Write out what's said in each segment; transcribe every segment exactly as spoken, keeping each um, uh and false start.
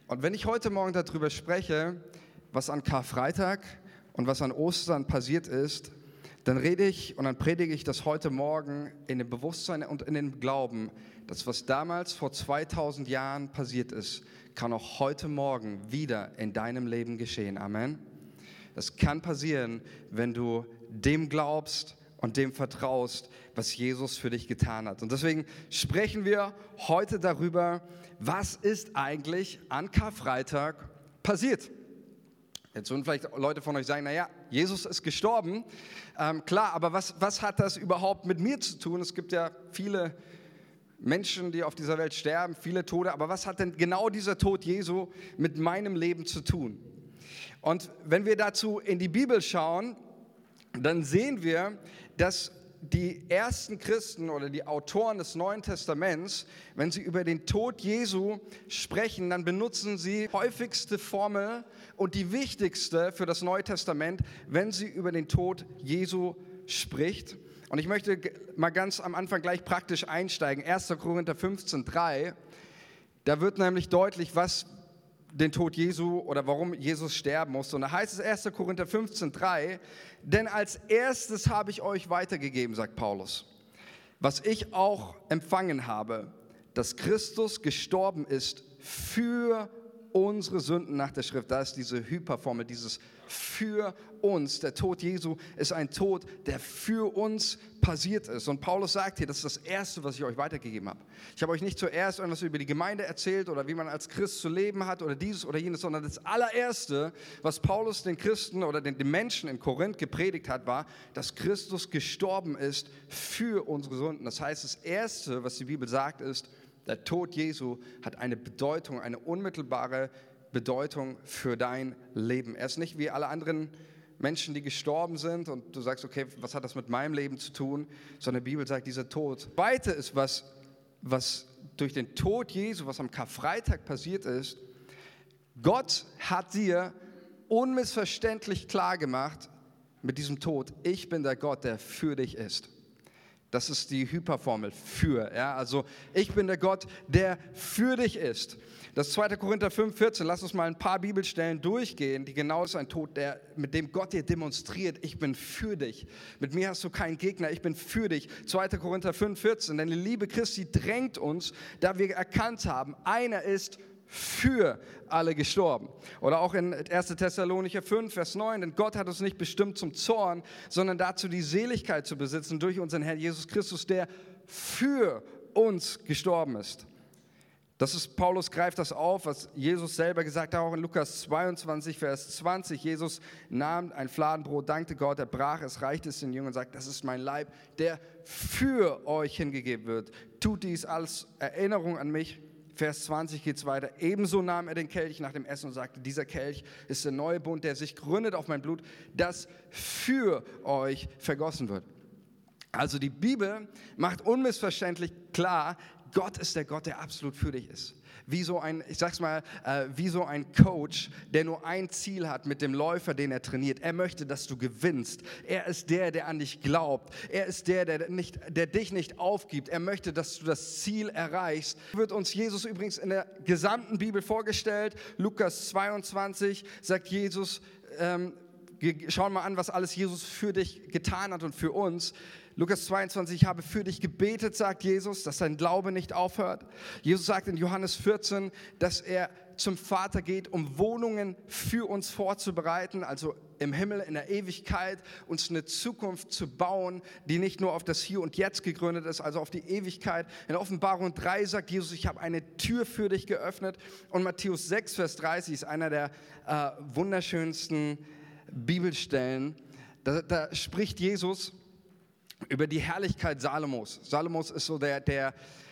Und wenn ich heute Morgen darüber spreche, was an Karfreitag und was an Ostern passiert ist, dann rede ich und dann predige ich das heute Morgen in dem Bewusstsein und in dem Glauben, dass was damals vor zweitausend Jahren passiert ist, kann auch heute Morgen wieder in deinem Leben geschehen. Amen. Das kann passieren, wenn du dem glaubst und dem vertraust, was Jesus für dich getan hat. Und deswegen sprechen wir heute darüber, was ist eigentlich an Karfreitag passiert. Jetzt würden vielleicht Leute von euch sagen, naja, Jesus ist gestorben. Ähm, klar, aber was, was hat das überhaupt mit mir zu tun? Es gibt ja viele Menschen, die auf dieser Welt sterben, viele Tode. Aber was hat denn genau dieser Tod Jesu mit meinem Leben zu tun? Und wenn wir dazu in die Bibel schauen, dann sehen wir, dass die ersten Christen oder die Autoren des Neuen Testaments, wenn sie über den Tod Jesu sprechen, dann benutzen sie die häufigste Formel und die wichtigste für das Neue Testament, wenn sie über den Tod Jesu spricht. Und ich möchte mal ganz am Anfang gleich praktisch einsteigen. erster Korinther fünfzehn drei, da wird nämlich deutlich, was den Tod Jesu oder warum Jesus sterben musste. Und da heißt es erster Korinther fünfzehn drei, denn als erstes habe ich euch weitergegeben, sagt Paulus, was ich auch empfangen habe, dass Christus gestorben ist für unsere Sünden nach der Schrift. Da ist diese Hyperformel, dieses für uns. Der Tod Jesu ist ein Tod, der für uns passiert ist. Und Paulus sagt hier, das ist das Erste, was ich euch weitergegeben habe. Ich habe euch nicht zuerst irgendwas über die Gemeinde erzählt oder wie man als Christ zu leben hat oder dieses oder jenes, sondern das allererste, was Paulus den Christen oder den, den Menschen in Korinth gepredigt hat, war, dass Christus gestorben ist für unsere Sünden. Das heißt, das Erste, was die Bibel sagt, ist, der Tod Jesu hat eine Bedeutung, eine unmittelbare Bedeutung für dein Leben. Er ist nicht wie alle anderen Menschen, die gestorben sind und du sagst, okay, was hat das mit meinem Leben zu tun? Sondern die Bibel sagt, dieser Tod. Das Zweite ist, was, was durch den Tod Jesu, was am Karfreitag passiert ist, Gott hat dir unmissverständlich klar gemacht mit diesem Tod, ich bin der Gott, der für dich ist. Das ist die Hyperformel für. Ja? Also ich bin der Gott, der für dich ist. Das zweiter Korinther fünf vierzehn, lass uns mal ein paar Bibelstellen durchgehen, die genau ist ein Tod, der, mit dem Gott dir demonstriert, ich bin für dich. Mit mir hast du keinen Gegner, ich bin für dich. zweiter Korinther fünf vierzehn, denn die Liebe Christi drängt uns, da wir erkannt haben, einer ist für alle gestorben. Oder auch in erster Thessalonicher fünf, Vers neun, denn Gott hat uns nicht bestimmt zum Zorn, sondern dazu die Seligkeit zu besitzen durch unseren Herrn Jesus Christus, der für uns gestorben ist. Das ist, Paulus greift das auf, was Jesus selber gesagt hat, auch in Lukas zweiundzwanzig, Vers zwanzig. Jesus nahm ein Fladenbrot, dankte Gott, er brach es, reichte es den Jüngern und sagt, das ist mein Leib, der für euch hingegeben wird. Tut dies als Erinnerung an mich. Vers zwanzig geht es weiter. Ebenso nahm er den Kelch nach dem Essen und sagte, dieser Kelch ist der neue Bund, der sich gründet auf mein Blut, das für euch vergossen wird. Also die Bibel macht unmissverständlich klar, Gott ist der Gott, der absolut für dich ist. Wie so ein, ich sag's mal, äh, wie so ein Coach, der nur ein Ziel hat mit dem Läufer, den er trainiert. Er möchte, dass du gewinnst. Er ist der, der an dich glaubt. Er ist der, der, nicht, der dich nicht aufgibt. Er möchte, dass du das Ziel erreichst. Wird uns Jesus übrigens in der gesamten Bibel vorgestellt. Lukas zweiundzwanzig sagt Jesus, ähm, schau mal an, was alles Jesus für dich getan hat und für uns. Lukas zweiundzwanzig, ich habe für dich gebetet, sagt Jesus, dass dein Glaube nicht aufhört. Jesus sagt in Johannes vierzehn, dass er zum Vater geht, um Wohnungen für uns vorzubereiten, also im Himmel, in der Ewigkeit, uns eine Zukunft zu bauen, die nicht nur auf das Hier und Jetzt gegründet ist, also auf die Ewigkeit. In Offenbarung drei sagt Jesus, ich habe eine Tür für dich geöffnet. Und Matthäus sechs, Vers dreißig ist einer der äh, wunderschönsten Bibelstellen. Da, da spricht Jesus über die Herrlichkeit Salomos. Salomos ist so der, der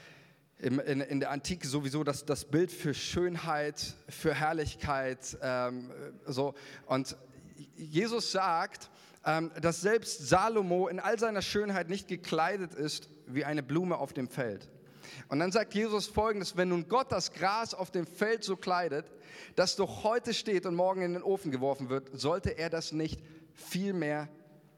in, in, in der Antike sowieso das, das Bild für Schönheit, für Herrlichkeit. Ähm, so. Und Jesus sagt, ähm, dass selbst Salomo in all seiner Schönheit nicht gekleidet ist wie eine Blume auf dem Feld. Und dann sagt Jesus Folgendes, wenn nun Gott das Gras auf dem Feld so kleidet, das doch heute steht und morgen in den Ofen geworfen wird, sollte er das nicht viel mehr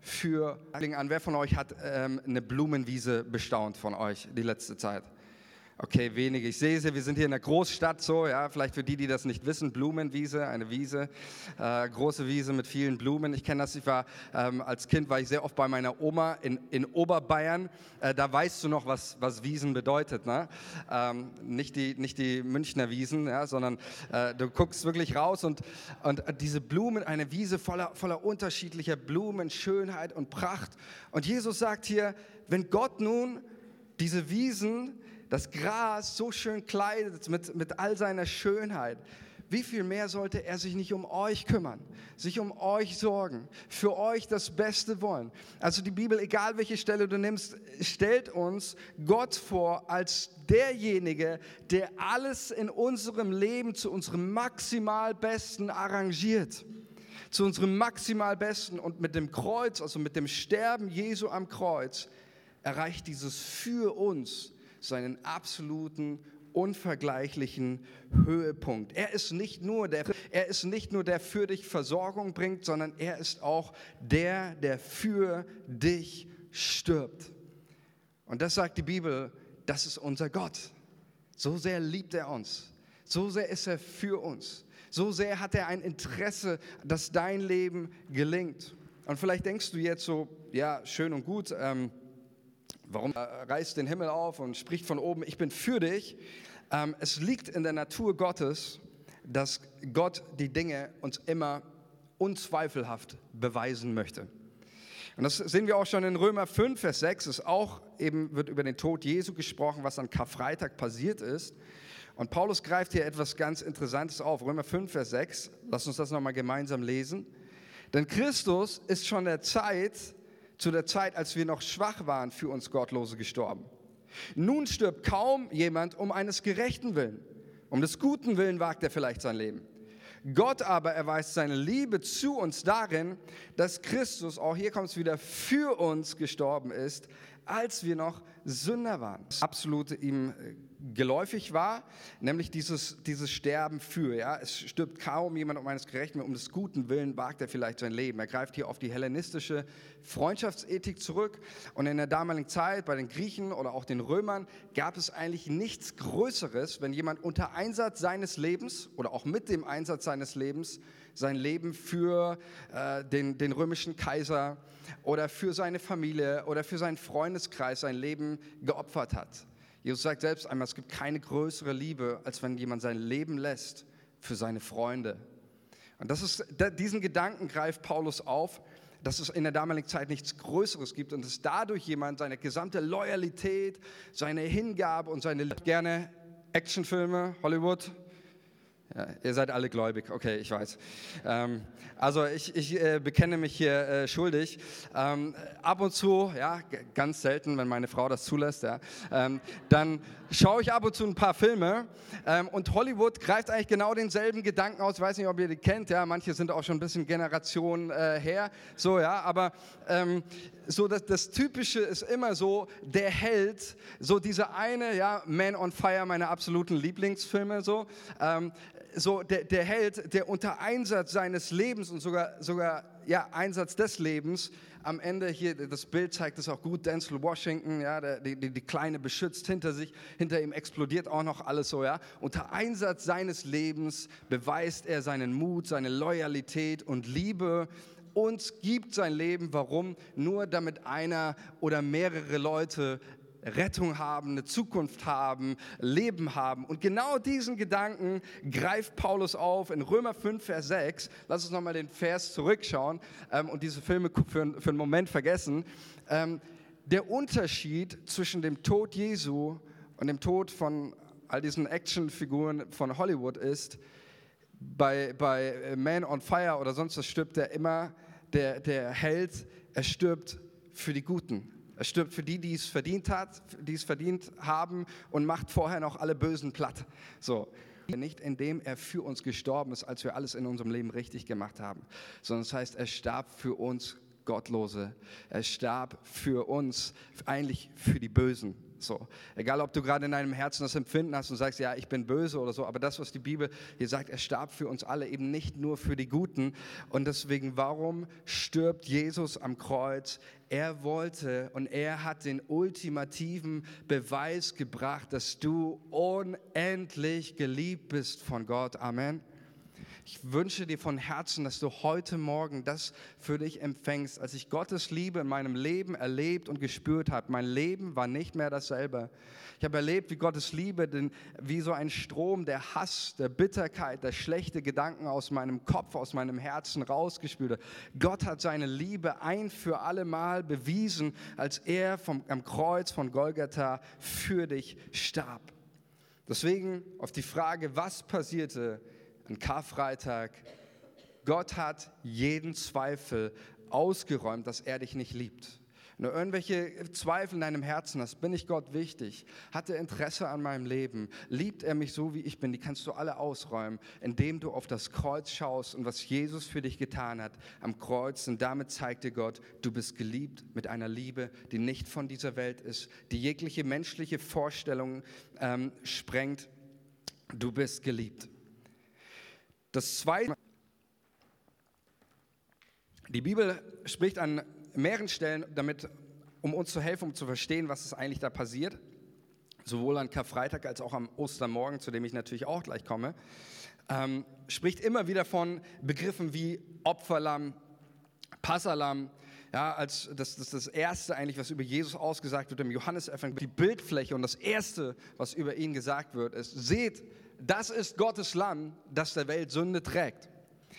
für an. Wer von euch hat ähm, eine Blumenwiese bestaunt von euch die letzte Zeit? Okay, wenige. Ich sehe sie, wir sind hier in der Großstadt so, ja, vielleicht für die, die das nicht wissen, Blumenwiese, eine Wiese, äh, große Wiese mit vielen Blumen. Ich kenne das, ich war, ähm, als Kind war ich sehr oft bei meiner Oma in, in Oberbayern, äh, da weißt du noch, was, was Wiesen bedeutet, ne? Ähm, nicht die, nicht die Münchner Wiesen, ja, sondern äh, du guckst wirklich raus und, und diese Blumen, eine Wiese voller, voller unterschiedlicher Blumen, Schönheit und Pracht. Und Jesus sagt hier, wenn Gott nun diese Wiesen, das Gras so schön kleidet mit, mit all seiner Schönheit, wie viel mehr sollte er sich nicht um euch kümmern, sich um euch sorgen, für euch das Beste wollen. Also die Bibel, egal welche Stelle du nimmst, stellt uns Gott vor als derjenige, der alles in unserem Leben zu unserem maximal Besten arrangiert. Zu unserem maximal Besten, und mit dem Kreuz, also mit dem Sterben Jesu am Kreuz, erreicht dieses für uns seinen absoluten, unvergleichlichen Höhepunkt. Er ist nicht nur der, er ist nicht nur der für dich Versorgung bringt, sondern er ist auch der, der für dich stirbt. Und das sagt die Bibel, das ist unser Gott. So sehr liebt er uns. So sehr ist er für uns. So sehr hat er ein Interesse, dass dein Leben gelingt. Und vielleicht denkst du jetzt so, ja, schön und gut, ähm, warum äh, reißt den Himmel auf und spricht von oben, ich bin für dich. Ähm, es liegt in der Natur Gottes, dass Gott die Dinge uns immer unzweifelhaft beweisen möchte. Und das sehen wir auch schon in Römer fünf, Vers sechs, ist auch eben, wird über den Tod Jesu gesprochen, was an Karfreitag passiert ist. Und Paulus greift hier etwas ganz Interessantes auf. Römer fünf, Vers sechs, lass uns das nochmal gemeinsam lesen. Denn Christus ist schon der Zeit, zu der Zeit, als wir noch schwach waren, für uns Gottlose gestorben. Nun stirbt kaum jemand um eines Gerechten willen. Um des Guten willen wagt er vielleicht sein Leben. Gott aber erweist seine Liebe zu uns darin, dass Christus, auch hier kommt es wieder, für uns gestorben ist, als wir noch Sünder waren. Das absolut ihm geläufig war, nämlich dieses, dieses Sterben für. Ja? Es stirbt kaum jemand um eines Gerechten, um des Guten willen wagt er vielleicht sein Leben. Er greift hier auf die hellenistische Freundschaftsethik zurück. Und in der damaligen Zeit, bei den Griechen oder auch den Römern, gab es eigentlich nichts Größeres, wenn jemand unter Einsatz seines Lebens oder auch mit dem Einsatz seines Lebens sein Leben für äh, den, den römischen Kaiser oder für seine Familie oder für seinen Freundeskreis sein Leben geopfert hat. Jesus sagt selbst einmal, es gibt keine größere Liebe, als wenn jemand sein Leben lässt für seine Freunde. Und das ist, diesen Gedanken greift Paulus auf, dass es in der damaligen Zeit nichts Größeres gibt und dass dadurch jemand seine gesamte Loyalität, seine Hingabe und seine gerne Actionfilme, Hollywood. Ja, ihr seid alle gläubig, okay, ich weiß. Ähm, also ich, ich äh, bekenne mich hier äh, schuldig. Ähm, ab und zu, ja, g- ganz selten, wenn meine Frau das zulässt, ja, ähm, dann schaue ich ab und zu ein paar Filme ähm, und Hollywood greift eigentlich genau denselben Gedanken aus. Ich weiß nicht, ob ihr die kennt, ja, manche sind auch schon ein bisschen Generationen äh, her, so, ja, aber ähm, so das, das Typische ist immer so, der Held, so diese eine, ja, Man on Fire, meine absoluten Lieblingsfilme, so, ähm, so der, der Held, der unter Einsatz seines Lebens und sogar, sogar ja, Einsatz des Lebens, am Ende hier, das Bild zeigt es auch gut, Denzel Washington, ja, der, die, die Kleine beschützt hinter sich, hinter ihm explodiert auch noch alles so, ja. Unter Einsatz seines Lebens beweist er seinen Mut, seine Loyalität und Liebe und gibt sein Leben, warum? Nur damit einer oder mehrere Leute Rettung haben, eine Zukunft haben, Leben haben. Und genau diesen Gedanken greift Paulus auf in Römer fünf, Vers sechs. Lass uns nochmal den Vers zurückschauen ähm, und diese Filme für, für einen Moment vergessen. Ähm, der Unterschied zwischen dem Tod Jesu und dem Tod von all diesen Actionfiguren von Hollywood ist, bei, bei Man on Fire oder sonst was stirbt er immer, der, der Held, er stirbt für die Guten. Er stirbt für die, die es verdient hat, die es verdient haben und macht vorher noch alle Bösen platt. So. Nicht indem er für uns gestorben ist, als wir alles in unserem Leben richtig gemacht haben, sondern das heißt, er starb für uns Gottlose. Er starb für uns, eigentlich für die Bösen. So. Egal, ob du gerade in deinem Herzen das Empfinden hast und sagst, ja, ich bin böse oder so, aber das, was die Bibel hier sagt, er starb für uns alle, eben nicht nur für die Guten. Und deswegen, warum stirbt Jesus am Kreuz? Er wollte und er hat den ultimativen Beweis gebracht, dass du unendlich geliebt bist von Gott. Amen. Ich wünsche dir von Herzen, dass du heute Morgen das für dich empfängst. Als ich Gottes Liebe in meinem Leben erlebt und gespürt habe, mein Leben war nicht mehr dasselbe. Ich habe erlebt, wie Gottes Liebe, den, wie so ein Strom der Hass, der Bitterkeit, der schlechte Gedanken aus meinem Kopf, aus meinem Herzen rausgespült hat. Gott hat seine Liebe ein für alle Mal bewiesen, als er vom, am Kreuz von Golgatha für dich starb. Deswegen auf die Frage, was passierte an Karfreitag: Gott hat jeden Zweifel ausgeräumt, dass er dich nicht liebt. Wenn du irgendwelche Zweifel in deinem Herzen hast, bin ich Gott wichtig? Hat er Interesse an meinem Leben? Liebt er mich so, wie ich bin? Die kannst du alle ausräumen, indem du auf das Kreuz schaust und was Jesus für dich getan hat am Kreuz. Und damit zeigt dir Gott, du bist geliebt mit einer Liebe, die nicht von dieser Welt ist, die jegliche menschliche Vorstellung ähm, sprengt. Du bist geliebt. Das Zweite, die Bibel spricht an mehreren Stellen damit, um uns zu helfen, um zu verstehen, was ist eigentlich da passiert, sowohl an Karfreitag als auch am Ostermorgen, zu dem ich natürlich auch gleich komme, ähm, spricht immer wieder von Begriffen wie Opferlamm, Passahlamm, ja, als das, das, das Erste eigentlich, was über Jesus ausgesagt wird im Johannesevangelium, die Bildfläche und das Erste, was über ihn gesagt wird, ist: Seht, das ist Gottes Lamm, das der Welt Sünde trägt.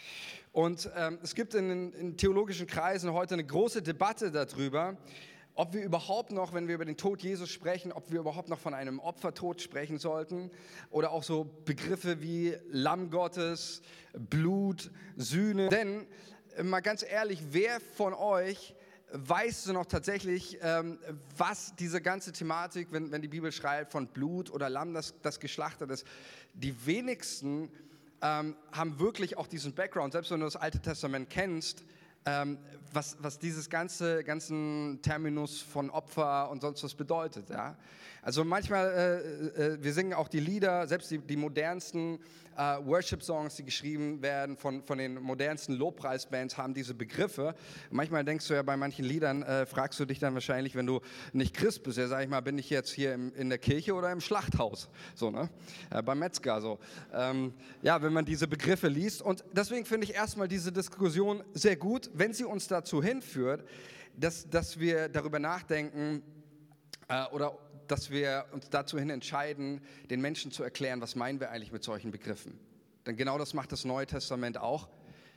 Und ähm, es gibt in, in theologischen Kreisen heute eine große Debatte darüber, ob wir überhaupt noch, wenn wir über den Tod Jesus sprechen, ob wir überhaupt noch von einem Opfertod sprechen sollten. Oder auch so Begriffe wie Lamm Gottes, Blut, Sühne. Denn, mal ganz ehrlich, wer von euch weißt du noch tatsächlich, ähm, was diese ganze Thematik, wenn, wenn die Bibel schreibt von Blut oder Lamm, das, das geschlachtet ist, die wenigsten ähm, haben wirklich auch diesen Background, selbst wenn du das Alte Testament kennst, ähm, was, was dieses ganze ganzen Terminus von Opfer und sonst was bedeutet. Ja? Also manchmal, äh, äh, wir singen auch die Lieder, selbst die, die modernsten äh, Worship-Songs, die geschrieben werden von, von den modernsten Lobpreisbands, haben diese Begriffe. Manchmal denkst du ja bei manchen Liedern, äh, fragst du dich dann wahrscheinlich, wenn du nicht Christ bist, ja, sag ich mal, bin ich jetzt hier im, in der Kirche oder im Schlachthaus? So, ne? Äh, beim Metzger, so. Ähm, ja, wenn man diese Begriffe liest. Und deswegen finde ich erstmal diese Diskussion sehr gut, wenn sie uns dazu hinführt, dass, dass wir darüber nachdenken äh, oder dass wir uns dazu hin entscheiden, den Menschen zu erklären, was meinen wir eigentlich mit solchen Begriffen. Denn genau das macht das Neue Testament auch.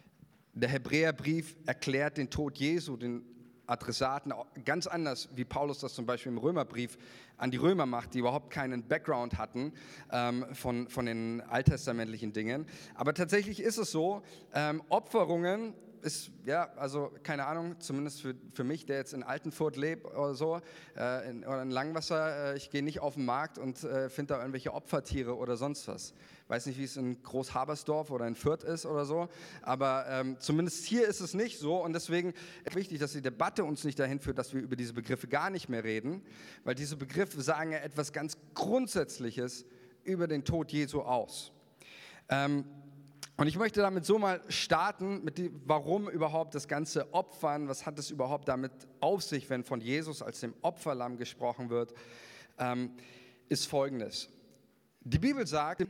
Der Hebräerbrief erklärt den Tod Jesu, den Adressaten, ganz anders, wie Paulus das zum Beispiel im Römerbrief an die Römer macht, die überhaupt keinen Background hatten ähm, von, von den alttestamentlichen Dingen. Aber tatsächlich ist es so, ähm, Opferungen ist, ja, also keine Ahnung, zumindest für, für mich, der jetzt in Altenfurt lebt oder so, äh, in, oder in Langwasser, äh, ich gehe nicht auf den Markt und äh, finde da irgendwelche Opfertiere oder sonst was. Weiß nicht, wie es in Großhabersdorf oder in Fürth ist oder so, aber ähm, zumindest hier ist es nicht so und deswegen ist wichtig, dass die Debatte uns nicht dahin führt, dass wir über diese Begriffe gar nicht mehr reden, weil diese Begriffe sagen ja etwas ganz Grundsätzliches über den Tod Jesu aus. Ähm, Und ich möchte damit so mal starten, mit die, warum überhaupt das ganze Opfern, was hat es überhaupt damit auf sich, wenn von Jesus als dem Opferlamm gesprochen wird, ähm, ist Folgendes. Die Bibel sagt,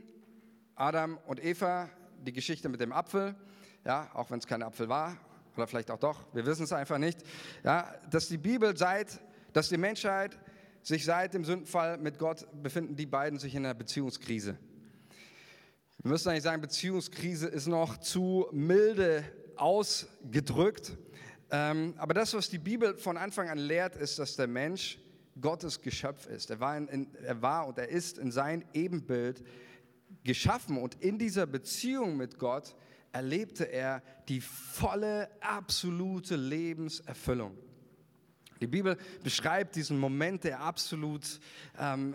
Adam und Eva, die Geschichte mit dem Apfel, ja, auch wenn es kein Apfel war, oder vielleicht auch doch, wir wissen es einfach nicht, ja, dass die Bibel seit, dass die Menschheit sich seit dem Sündenfall mit Gott befinden, die beiden sich in einer Beziehungskrise. Wir müssen eigentlich sagen, Beziehungskrise ist noch zu milde ausgedrückt. Ähm, aber das, was die Bibel von Anfang an lehrt, ist, dass der Mensch Gottes Geschöpf ist. Er war, in, in, er war und er ist in sein Ebenbild geschaffen. Und in dieser Beziehung mit Gott erlebte er die volle, absolute Lebenserfüllung. Die Bibel beschreibt diesen Moment, der absolut ähm,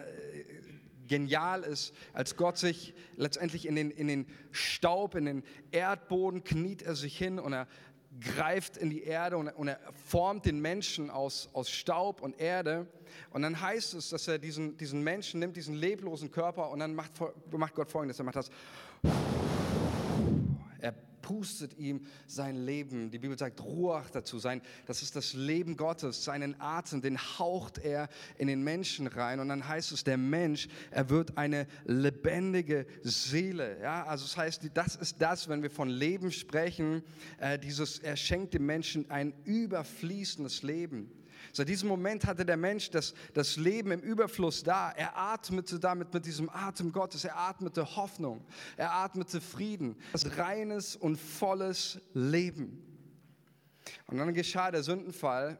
genial ist, als Gott sich letztendlich in den, in den Staub, in den Erdboden kniet er sich hin und er greift in die Erde und, und er formt den Menschen aus, aus Staub und Erde. Und dann heißt es, dass er diesen, diesen Menschen nimmt, diesen leblosen Körper, und dann macht, macht Gott Folgendes, er macht das. Er pustet ihm sein Leben. Die Bibel sagt Ruach dazu. Sein, das ist das Leben Gottes. Seinen Atem, den haucht er in den Menschen rein. Und dann heißt es, der Mensch, er wird eine lebendige Seele. Ja, also das heißt, das ist das, wenn wir von Leben sprechen, äh, dieses, er schenkt dem Menschen ein überfließendes Leben. Seit diesem Moment hatte der Mensch das, das Leben im Überfluss da. Er atmete damit mit diesem Atem Gottes. Er atmete Hoffnung. Er atmete Frieden. Das reines und volles Leben. Und dann geschah der Sündenfall.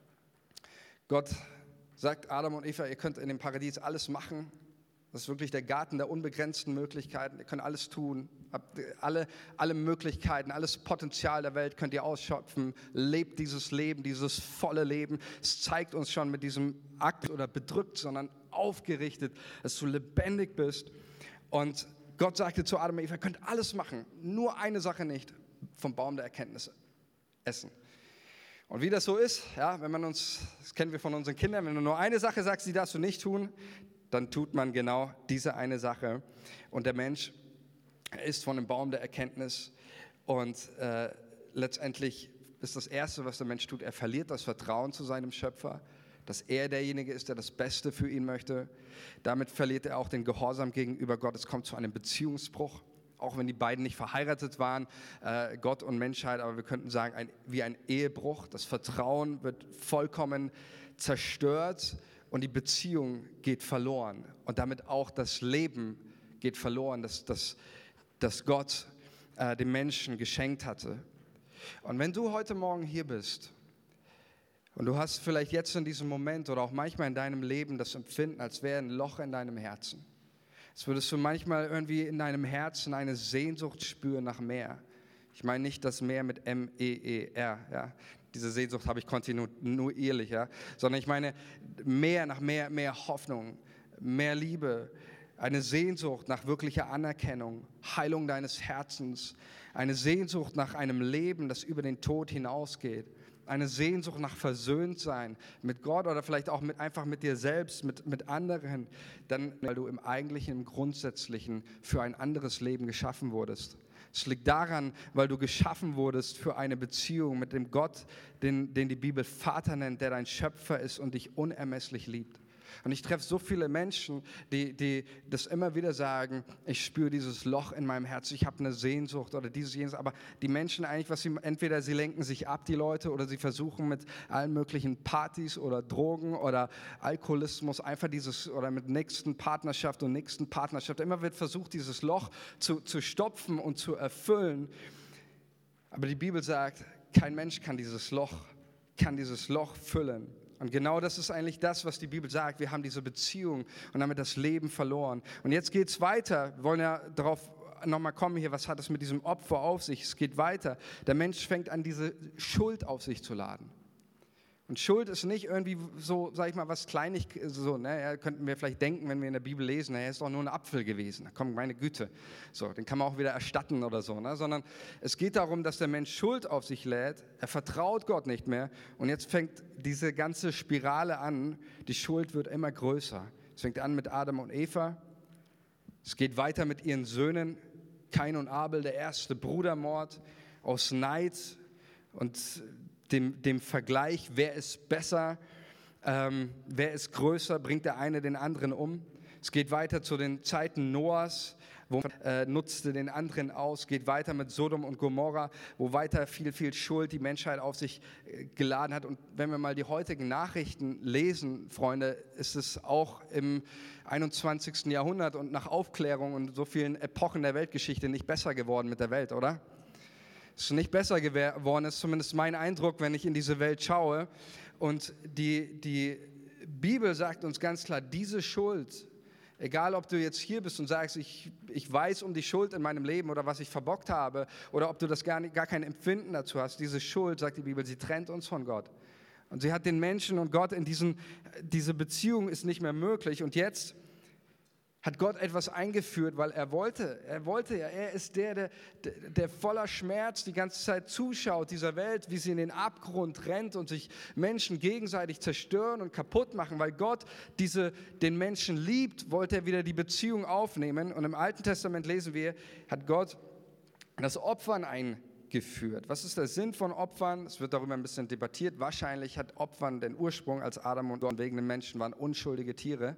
Gott sagt Adam und Eva, ihr könnt in dem Paradies alles machen. Das ist wirklich der Garten der unbegrenzten Möglichkeiten. Ihr könnt alles tun. Alle, alle Möglichkeiten, alles Potenzial der Welt könnt ihr ausschöpfen. Lebt dieses Leben, dieses volle Leben. Es zeigt uns schon mit diesem Akt oder bedrückt, sondern aufgerichtet, dass du lebendig bist. Und Gott sagte zu Adam und Eva, ihr könnt alles machen, nur eine Sache nicht, vom Baum der Erkenntnis essen. Und wie das so ist, ja, wenn man uns, das kennen wir von unseren Kindern, wenn du nur eine Sache sagst, die darfst du nicht tun, dann tut man genau diese eine Sache. Und der Mensch isst von dem Baum der Erkenntnis. Und äh, letztendlich ist das Erste, was der Mensch tut, er verliert das Vertrauen zu seinem Schöpfer, dass er derjenige ist, der das Beste für ihn möchte. Damit verliert er auch den Gehorsam gegenüber Gott. Es kommt zu einem Beziehungsbruch, auch wenn die beiden nicht verheiratet waren, äh, Gott und Menschheit. Aber wir könnten sagen, ein, wie ein Ehebruch. Das Vertrauen wird vollkommen zerstört. Und die Beziehung geht verloren und damit auch das Leben geht verloren, das, das, das Gott äh, dem Menschen geschenkt hatte. Und wenn du heute Morgen hier bist und du hast vielleicht jetzt in diesem Moment oder auch manchmal in deinem Leben das Empfinden, als wäre ein Loch in deinem Herzen. Als würdest du manchmal irgendwie in deinem Herzen eine Sehnsucht spüren nach mehr. Ich meine nicht das Meer mit M E E R, ja. Diese Sehnsucht habe ich kontinuierlich, ja, sondern ich meine mehr nach mehr, mehr Hoffnung, mehr Liebe, eine Sehnsucht nach wirklicher Anerkennung, Heilung deines Herzens, eine Sehnsucht nach einem Leben, das über den Tod hinausgeht, eine Sehnsucht nach Versöhntsein mit Gott oder vielleicht auch mit, einfach mit dir selbst, mit, mit anderen, dann, weil du im Eigentlichen, im Grundsätzlichen für ein anderes Leben geschaffen wurdest. Es liegt daran, weil du geschaffen wurdest für eine Beziehung mit dem Gott, den, den die Bibel Vater nennt, der dein Schöpfer ist und dich unermesslich liebt. Und ich treffe so viele Menschen, die, die das immer wieder sagen, ich spüre dieses Loch in meinem Herz, ich habe eine Sehnsucht oder dieses, jenes. Aber die Menschen eigentlich, was sie, entweder sie lenken sich ab, die Leute, oder sie versuchen mit allen möglichen Partys oder Drogen oder Alkoholismus einfach dieses, oder mit nächsten Partnerschaft und nächsten Partnerschaft, immer wird versucht, dieses Loch zu, zu stopfen und zu erfüllen. Aber die Bibel sagt, kein Mensch kann dieses Loch, kann dieses Loch füllen. Und genau das ist eigentlich das, was die Bibel sagt. Wir haben diese Beziehung und damit das Leben verloren. Und jetzt geht es weiter. Wir wollen ja darauf nochmal kommen hier, was hat es mit diesem Opfer auf sich? Es geht weiter. Der Mensch fängt an, diese Schuld auf sich zu laden. Und Schuld ist nicht irgendwie so, sag ich mal, was Kleinig, so, ne, ja, könnten wir vielleicht denken, wenn wir in der Bibel lesen, er ist doch nur ein Apfel gewesen, komm, meine Güte, so, den kann man auch wieder erstatten oder so, ne, sondern es geht darum, dass der Mensch Schuld auf sich lädt, er vertraut Gott nicht mehr und jetzt fängt diese ganze Spirale an, die Schuld wird immer größer. Es fängt an mit Adam und Eva, es geht weiter mit ihren Söhnen, Kain und Abel, der erste Brudermord aus Neid und Dem, dem Vergleich, wer ist besser, ähm, wer ist größer, bringt der eine den anderen um. Es geht weiter zu den Zeiten Noahs, wo man äh, nutzte den anderen aus, geht weiter mit Sodom und Gomorra, wo weiter viel, viel Schuld die Menschheit auf sich äh, geladen hat. Und wenn wir mal die heutigen Nachrichten lesen, Freunde, ist es auch im einundzwanzigsten Jahrhundert und nach Aufklärung und so vielen Epochen der Weltgeschichte nicht besser geworden mit der Welt, oder? Es ist nicht besser geworden, ist zumindest mein Eindruck, wenn ich in diese Welt schaue. Und die, die Bibel sagt uns ganz klar, diese Schuld, egal ob du jetzt hier bist und sagst, ich, ich weiß um die Schuld in meinem Leben oder was ich verbockt habe, oder ob du das gar, nicht, gar kein Empfinden dazu hast, diese Schuld, sagt die Bibel, sie trennt uns von Gott. Und sie hat den Menschen und Gott in diesen, diese Beziehung ist nicht mehr möglich. Und jetzt hat Gott etwas eingeführt, weil er wollte, er wollte ja, er ist der, der, der voller Schmerz die ganze Zeit zuschaut, dieser Welt, wie sie in den Abgrund rennt und sich Menschen gegenseitig zerstören und kaputt machen. Weil Gott diese, den Menschen liebt, wollte er wieder die Beziehung aufnehmen. Und im Alten Testament lesen wir, hat Gott das Opfern eingeführt. Was ist der Sinn von Opfern? Es wird darüber ein bisschen debattiert. Wahrscheinlich hat Opfern den Ursprung, als Adam und Eva wegen den Menschen waren unschuldige Tiere.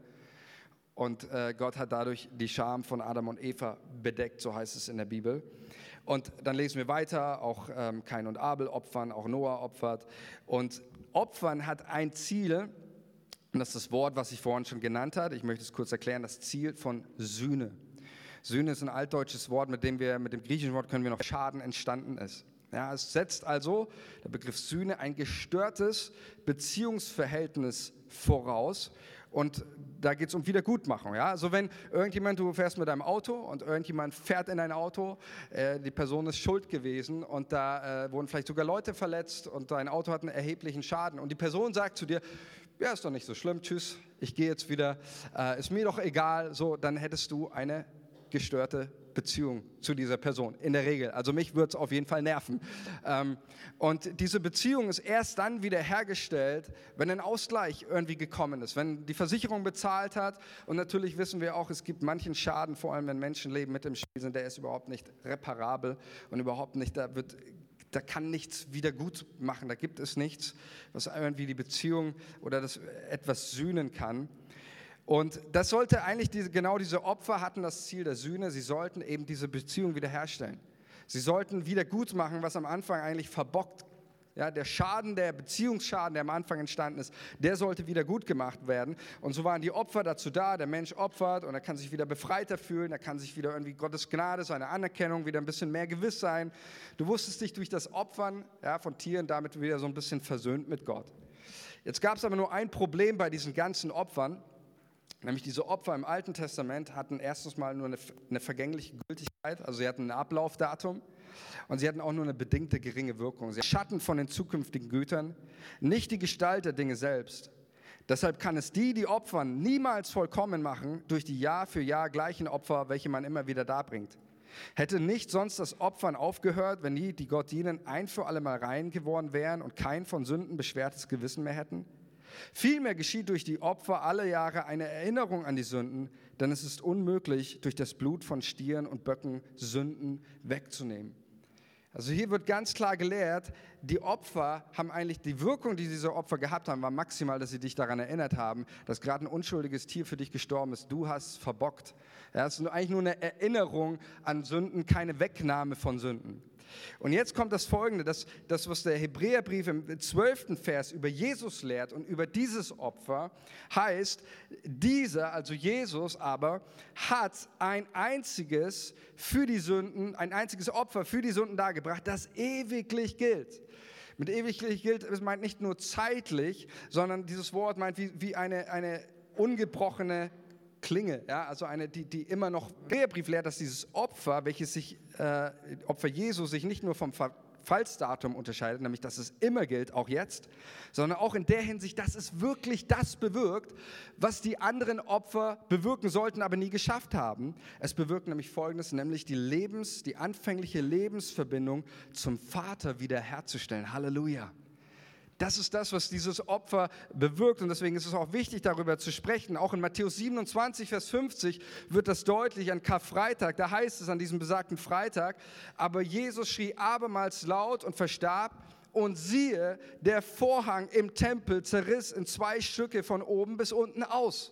Und äh, Gott hat dadurch die Scham von Adam und Eva bedeckt, so heißt es in der Bibel. Und dann lesen wir weiter, auch ähm, Kain und Abel opfern, auch Noah opfert. Und Opfern hat ein Ziel, und das ist das Wort, was ich vorhin schon genannt habe. Ich möchte es kurz erklären, das Ziel von Sühne. Sühne ist ein altdeutsches Wort, mit dem wir, mit dem griechischen Wort können wir noch Schaden entstanden ist. Ja, es setzt also, der Begriff Sühne, ein gestörtes Beziehungsverhältnis voraus. Und da geht es um Wiedergutmachung. Ja? Also wenn irgendjemand, du fährst mit deinem Auto und irgendjemand fährt in dein Auto, äh, die Person ist schuld gewesen und da äh, wurden vielleicht sogar Leute verletzt und dein Auto hat einen erheblichen Schaden und die Person sagt zu dir, ja, ist doch nicht so schlimm, tschüss, ich gehe jetzt wieder, äh, ist mir doch egal, so, dann hättest du eine gestörte Beziehung zu dieser Person, in der Regel. Also mich würde es auf jeden Fall nerven. Ähm, und diese Beziehung ist erst dann wieder hergestellt, wenn ein Ausgleich irgendwie gekommen ist, wenn die Versicherung bezahlt hat. Und natürlich wissen wir auch, es gibt manchen Schaden, vor allem wenn Menschenleben mit im Spiel sind, der ist überhaupt nicht reparabel und überhaupt nicht, da wird... Da kann nichts wieder gut machen, da gibt es nichts, was irgendwie die Beziehung oder das etwas sühnen kann. Und das sollte eigentlich, diese, genau diese Opfer hatten das Ziel der Sühne, sie sollten eben diese Beziehung wiederherstellen. Sie sollten wieder gut machen, was am Anfang eigentlich verbockt. Ja, der Schaden, der Beziehungsschaden, der am Anfang entstanden ist, der sollte wieder gut gemacht werden. Und so waren die Opfer dazu da, der Mensch opfert und er kann sich wieder befreiter fühlen, er kann sich wieder irgendwie Gottes Gnade, seine Anerkennung, wieder ein bisschen mehr gewiss sein. Du wusstest dich durch das Opfern ja, von Tieren damit wieder so ein bisschen versöhnt mit Gott. Jetzt gab es aber nur ein Problem bei diesen ganzen Opfern, nämlich diese Opfer im Alten Testament hatten erstens mal nur eine, eine vergängliche Gültigkeit, also sie hatten ein Ablaufdatum. Und sie hatten auch nur eine bedingte geringe Wirkung. Sie Schatten von den zukünftigen Gütern, nicht die Gestalt der Dinge selbst. Deshalb kann es die, die opfern, niemals vollkommen machen durch die Jahr für Jahr gleichen Opfer, welche man immer wieder darbringt. Hätte nicht sonst das Opfern aufgehört, wenn die, die Gott dienen, ein für alle Mal rein geworden wären und kein von Sünden beschwertes Gewissen mehr hätten? Vielmehr geschieht durch die Opfer alle Jahre eine Erinnerung an die Sünden, denn es ist unmöglich, durch das Blut von Stieren und Böcken Sünden wegzunehmen. Also hier wird ganz klar gelehrt, die Opfer haben eigentlich, die Wirkung, die diese Opfer gehabt haben, war maximal, dass sie dich daran erinnert haben, dass gerade ein unschuldiges Tier für dich gestorben ist. Du hast es verbockt. Ja, es ist eigentlich nur eine Erinnerung an Sünden, keine Wegnahme von Sünden. Und jetzt kommt das Folgende, das, das was der Hebräerbrief im zwölften Vers über Jesus lehrt und über dieses Opfer, heißt, dieser, also Jesus aber, hat ein einziges für die Sünden, ein einziges Opfer für die Sünden dargebracht, das ewiglich gilt. Mit ewiglich gilt, es meint nicht nur zeitlich, sondern dieses Wort meint wie, wie eine, eine ungebrochene Klinge, ja, also eine, die, die immer noch, der Brief lehrt, dass dieses Opfer, welches sich, äh, Opfer Jesu sich nicht nur vom Verfallsdatum unterscheidet, nämlich dass es immer gilt, auch jetzt, sondern auch in der Hinsicht, dass es wirklich das bewirkt, was die anderen Opfer bewirken sollten, aber nie geschafft haben. Es bewirkt nämlich Folgendes, nämlich die Lebens, die anfängliche Lebensverbindung zum Vater wiederherzustellen. Halleluja. Das ist das, was dieses Opfer bewirkt und deswegen ist es auch wichtig, darüber zu sprechen. Auch in Matthäus siebenundzwanzig, Vers fünfzig wird das deutlich an Karfreitag. Da heißt es an diesem besagten Freitag, aber Jesus schrie abermals laut und verstarb und siehe, der Vorhang im Tempel zerriss in zwei Stücke von oben bis unten aus.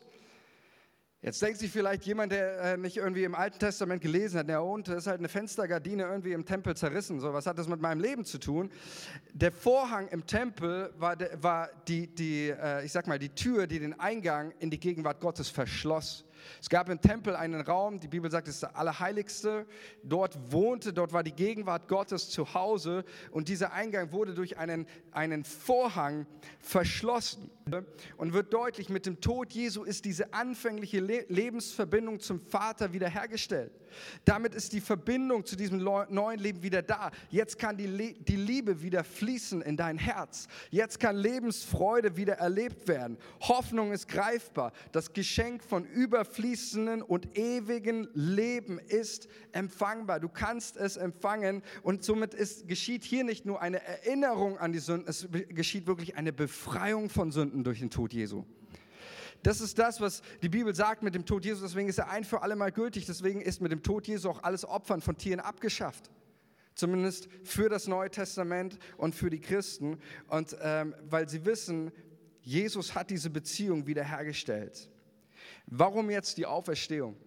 Jetzt denkt sich vielleicht jemand, der äh, nicht irgendwie im Alten Testament gelesen hat, ja und, das ist halt eine Fenstergardine irgendwie im Tempel zerrissen, so, was hat das mit meinem Leben zu tun? Der Vorhang im Tempel war, de, war die, die äh, ich sag mal, die Tür, die den Eingang in die Gegenwart Gottes verschloss. Es gab im Tempel einen Raum, die Bibel sagt, es ist der Allerheiligste. Dort wohnte, dort war die Gegenwart Gottes zu Hause und dieser Eingang wurde durch einen, einen Vorhang verschlossen. Und wird deutlich, mit dem Tod Jesu ist diese anfängliche Le- Lebensverbindung zum Vater wiederhergestellt. Damit ist die Verbindung zu diesem neuen Leben wieder da. Jetzt kann die, Le- die Liebe wieder fließen in dein Herz. Jetzt kann Lebensfreude wieder erlebt werden. Hoffnung ist greifbar. Das Geschenk von über überfließenden und ewigen Leben ist empfangbar. Du kannst es empfangen und somit ist, geschieht hier nicht nur eine Erinnerung an die Sünden, es geschieht wirklich eine Befreiung von Sünden durch den Tod Jesu. Das ist das, was die Bibel sagt mit dem Tod Jesu, deswegen ist er ein für alle Mal gültig, deswegen ist mit dem Tod Jesu auch alles Opfern von Tieren abgeschafft. Zumindest für das Neue Testament und für die Christen. Und ähm, weil sie wissen, Jesus hat diese Beziehung wiederhergestellt. Warum jetzt die Auferstehung?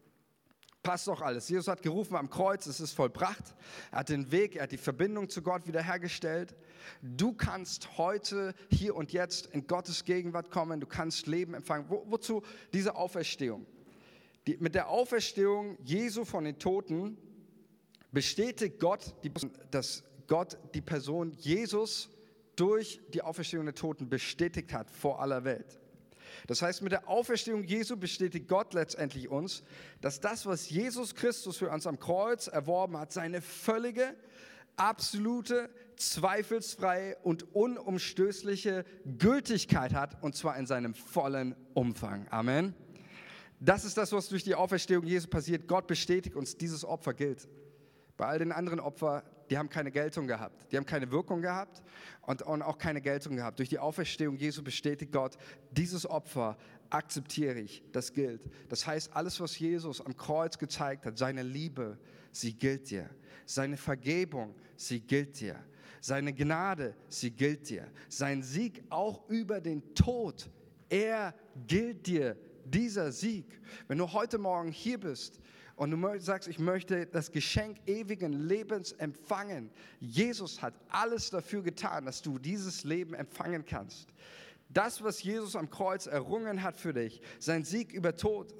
Passt doch alles. Jesus hat gerufen am Kreuz, es ist vollbracht. Er hat den Weg, er hat die Verbindung zu Gott wiederhergestellt. Du kannst heute, hier und jetzt in Gottes Gegenwart kommen. Du kannst Leben empfangen. Wo, wozu diese Auferstehung? Die, mit der Auferstehung Jesu von den Toten bestätigt Gott, die, dass Gott die Person Jesus durch die Auferstehung der Toten bestätigt hat vor aller Welt. Das heißt, mit der Auferstehung Jesu bestätigt Gott letztendlich uns, dass das, was Jesus Christus für uns am Kreuz erworben hat, seine völlige, absolute, zweifelsfreie und unumstößliche Gültigkeit hat, und zwar in seinem vollen Umfang. Amen. Das ist das, was durch die Auferstehung Jesu passiert. Gott bestätigt uns, dieses Opfer gilt. Bei all den anderen Opfern, die haben keine Geltung gehabt. Die haben keine Wirkung gehabt und, und auch keine Geltung gehabt. Durch die Auferstehung Jesu bestätigt Gott, dieses Opfer akzeptiere ich, das gilt. Das heißt, alles, was Jesus am Kreuz gezeigt hat, seine Liebe, sie gilt dir. Seine Vergebung, sie gilt dir. Seine Gnade, sie gilt dir. Sein Sieg auch über den Tod, er gilt dir, dieser Sieg. Wenn du heute Morgen hier bist, und du sagst, ich möchte das Geschenk ewigen Lebens empfangen. Jesus hat alles dafür getan, dass du dieses Leben empfangen kannst. Das, was Jesus am Kreuz errungen hat für dich, sein Sieg über Tod.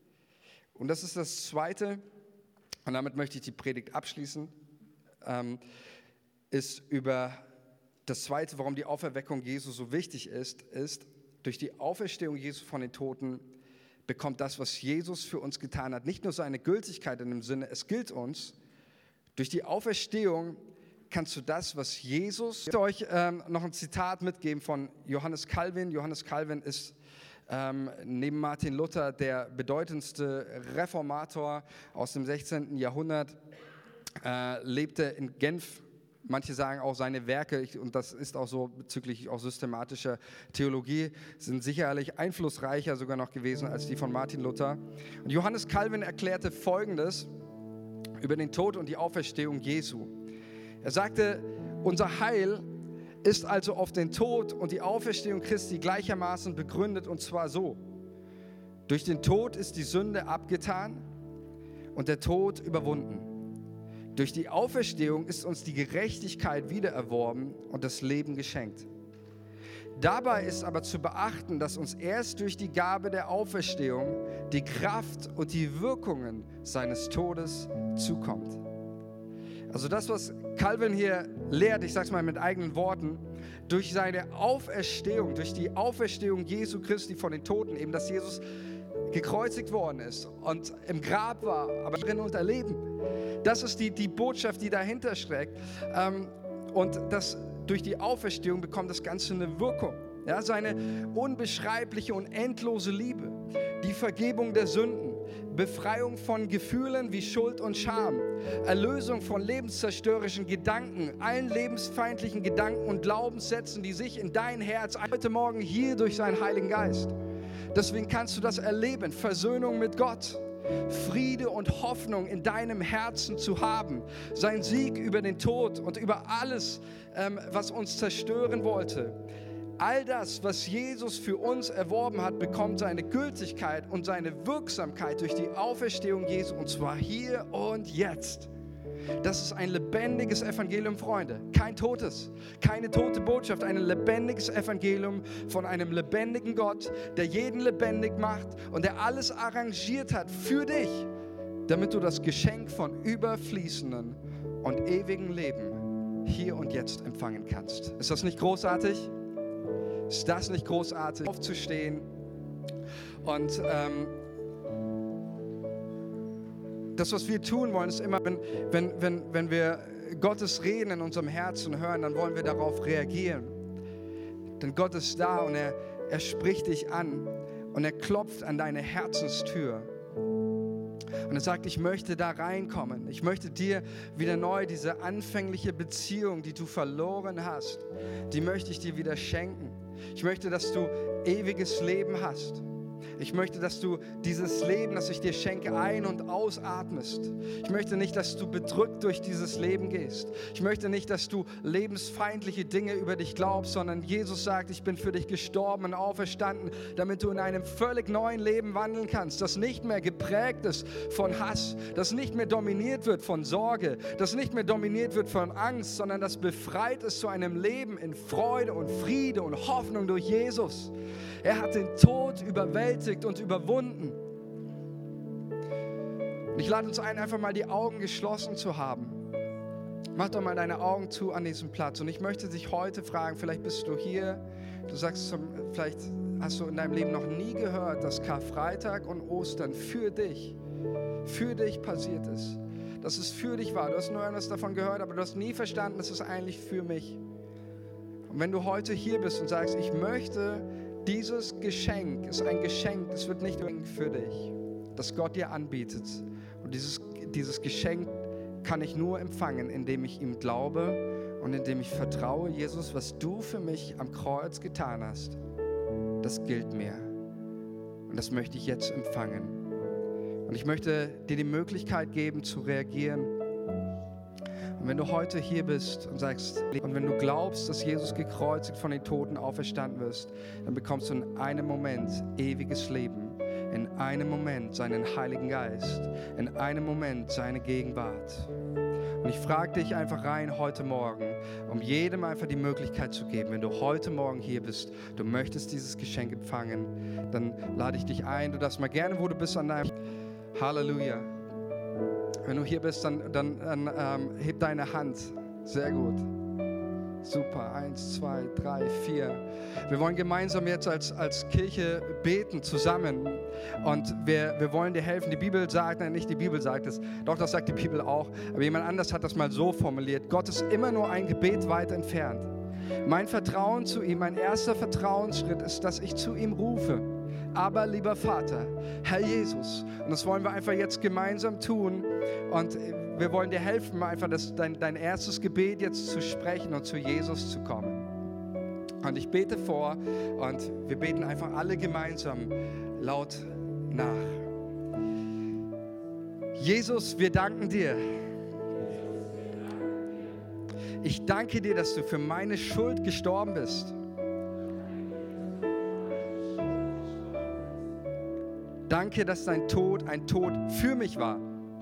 Und das ist das Zweite, und damit möchte ich die Predigt abschließen, ähm, ist über das Zweite, warum die Auferweckung Jesu so wichtig ist, ist, durch die Auferstehung Jesu von den Toten bekommt das, was Jesus für uns getan hat, nicht nur seine Gültigkeit in dem Sinne, es gilt uns. Durch die Auferstehung kannst du das, was Jesus... Ich möchte euch ähm, noch ein Zitat mitgeben von Johannes Calvin. Johannes Calvin ist ähm, neben Martin Luther der bedeutendste Reformator aus dem sechzehnten Jahrhundert, äh, lebte in Genf. Manche sagen auch seine Werke, und das ist auch so bezüglich auch systematischer Theologie, sind sicherlich einflussreicher sogar noch gewesen als die von Martin Luther. Und Johannes Calvin erklärte Folgendes über den Tod und die Auferstehung Jesu. Er sagte, unser Heil ist also auf den Tod und die Auferstehung Christi gleichermaßen begründet, und zwar so: Durch den Tod ist die Sünde abgetan und der Tod überwunden. Durch die Auferstehung ist uns die Gerechtigkeit wiedererworben und das Leben geschenkt. Dabei ist aber zu beachten, dass uns erst durch die Gabe der Auferstehung die Kraft und die Wirkungen seines Todes zukommt. Also das, was Calvin hier lehrt, ich sage es mal mit eigenen Worten, durch seine Auferstehung, durch die Auferstehung Jesu Christi von den Toten, eben dass Jesus gekreuzigt worden ist und im Grab war, aber drin unter Leben. Das ist die, die Botschaft, die dahinter steckt. Ähm, und das, durch die Auferstehung bekommt das Ganze eine Wirkung. Ja, seine unbeschreibliche und endlose Liebe, die Vergebung der Sünden, Befreiung von Gefühlen wie Schuld und Scham, Erlösung von lebenszerstörerischen Gedanken, allen lebensfeindlichen Gedanken und Glaubenssätzen, die sich in dein Herz heute Morgen hier durch seinen Heiligen Geist. Deswegen kannst du das erleben, Versöhnung mit Gott, Friede und Hoffnung in deinem Herzen zu haben, sein Sieg über den Tod und über alles, ähm, was uns zerstören wollte. All das, was Jesus für uns erworben hat, bekommt seine Gültigkeit und seine Wirksamkeit durch die Auferstehung Jesu, und zwar hier und jetzt. Das ist ein lebendiges Evangelium, Freunde. Kein totes, keine tote Botschaft, ein lebendiges Evangelium von einem lebendigen Gott, der jeden lebendig macht und der alles arrangiert hat für dich, damit du das Geschenk von überfließenden und ewigen Leben hier und jetzt empfangen kannst. Ist das nicht großartig? Ist das nicht großartig, aufzustehen und ähm, das, was wir tun wollen, ist immer, wenn, wenn, wenn, wenn wir Gottes Reden in unserem Herzen hören, dann wollen wir darauf reagieren. Denn Gott ist da und er, er spricht dich an. und er klopft an deine Herzenstür. Und er sagt, ich möchte da reinkommen. Ich möchte dir wieder neu diese anfängliche Beziehung, die du verloren hast, die möchte ich dir wieder schenken. Ich möchte, dass du ewiges Leben hast. Ich möchte, dass du dieses Leben, das ich dir schenke, ein- und ausatmest. Ich möchte nicht, dass du bedrückt durch dieses Leben gehst. Ich möchte nicht, dass du lebensfeindliche Dinge über dich glaubst, sondern Jesus sagt, ich bin für dich gestorben und auferstanden, damit du in einem völlig neuen Leben wandeln kannst, das nicht mehr geprägt ist von Hass, das nicht mehr dominiert wird von Sorge, das nicht mehr dominiert wird von Angst, sondern das befreit ist zu einem Leben in Freude und Friede und Hoffnung durch Jesus. Er hat den Tod überwältigt und überwunden. Und ich lade uns ein, einfach mal die Augen geschlossen zu haben. Mach doch mal deine Augen zu an diesem Platz. Und ich möchte dich heute fragen, vielleicht bist du hier, du sagst, zum, vielleicht hast du in deinem Leben noch nie gehört, dass Karfreitag und Ostern für dich, für dich passiert ist. Dass es für dich war. Du hast nur etwas davon gehört, aber du hast nie verstanden, dass es eigentlich für mich. Und wenn du heute hier bist und sagst, ich möchte, dieses Geschenk ist ein Geschenk, das wird nicht nur für dich, das Gott dir anbietet. Und dieses, dieses Geschenk kann ich nur empfangen, indem ich ihm glaube und indem ich vertraue, Jesus, was du für mich am Kreuz getan hast, das gilt mir. Und das möchte ich jetzt empfangen. Und ich möchte dir die Möglichkeit geben, zu reagieren. Und wenn du heute hier bist und sagst, und wenn du glaubst, dass Jesus gekreuzigt von den Toten auferstanden wirst, dann bekommst du in einem Moment ewiges Leben, in einem Moment seinen Heiligen Geist, in einem Moment seine Gegenwart. Und ich frage dich einfach rein heute Morgen, um jedem einfach die Möglichkeit zu geben, wenn du heute Morgen hier bist, du möchtest dieses Geschenk empfangen, dann lade ich dich ein, du darfst mal gerne, wo du bist, an deinem Halleluja. Wenn du hier bist, dann, dann, dann ähm, heb deine Hand. Sehr gut. Super. Eins, zwei, drei, vier. Wir wollen gemeinsam jetzt als, als Kirche beten zusammen. Und wir, wir wollen dir helfen. Die Bibel sagt, nein, nicht die Bibel sagt es, doch, das sagt die Bibel auch. Aber jemand anders hat das mal so formuliert. Gott ist immer nur ein Gebet weit entfernt. Mein Vertrauen zu ihm, mein erster Vertrauensschritt ist, dass ich zu ihm rufe. Aber, lieber Vater, Herr Jesus, und das wollen wir einfach jetzt gemeinsam tun und wir wollen dir helfen, einfach das, dein, dein erstes Gebet jetzt zu sprechen und zu Jesus zu kommen. Und ich bete vor und wir beten einfach alle gemeinsam laut nach. Jesus, wir danken dir. Ich danke dir, dass du für meine Schuld gestorben bist. Danke, dass dein Tod ein Tod für mich war.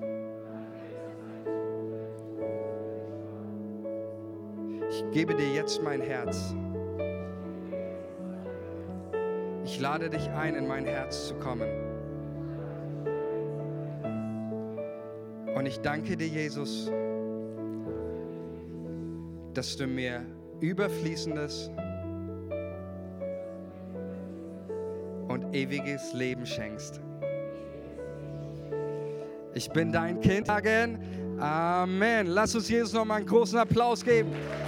Ich gebe dir jetzt mein Herz. Ich lade dich ein, in mein Herz zu kommen. Und ich danke dir, Jesus, dass du mir überfließendes und ewiges Leben schenkst. Ich bin dein Kind. Amen. Lass uns Jesus noch mal einen großen Applaus geben.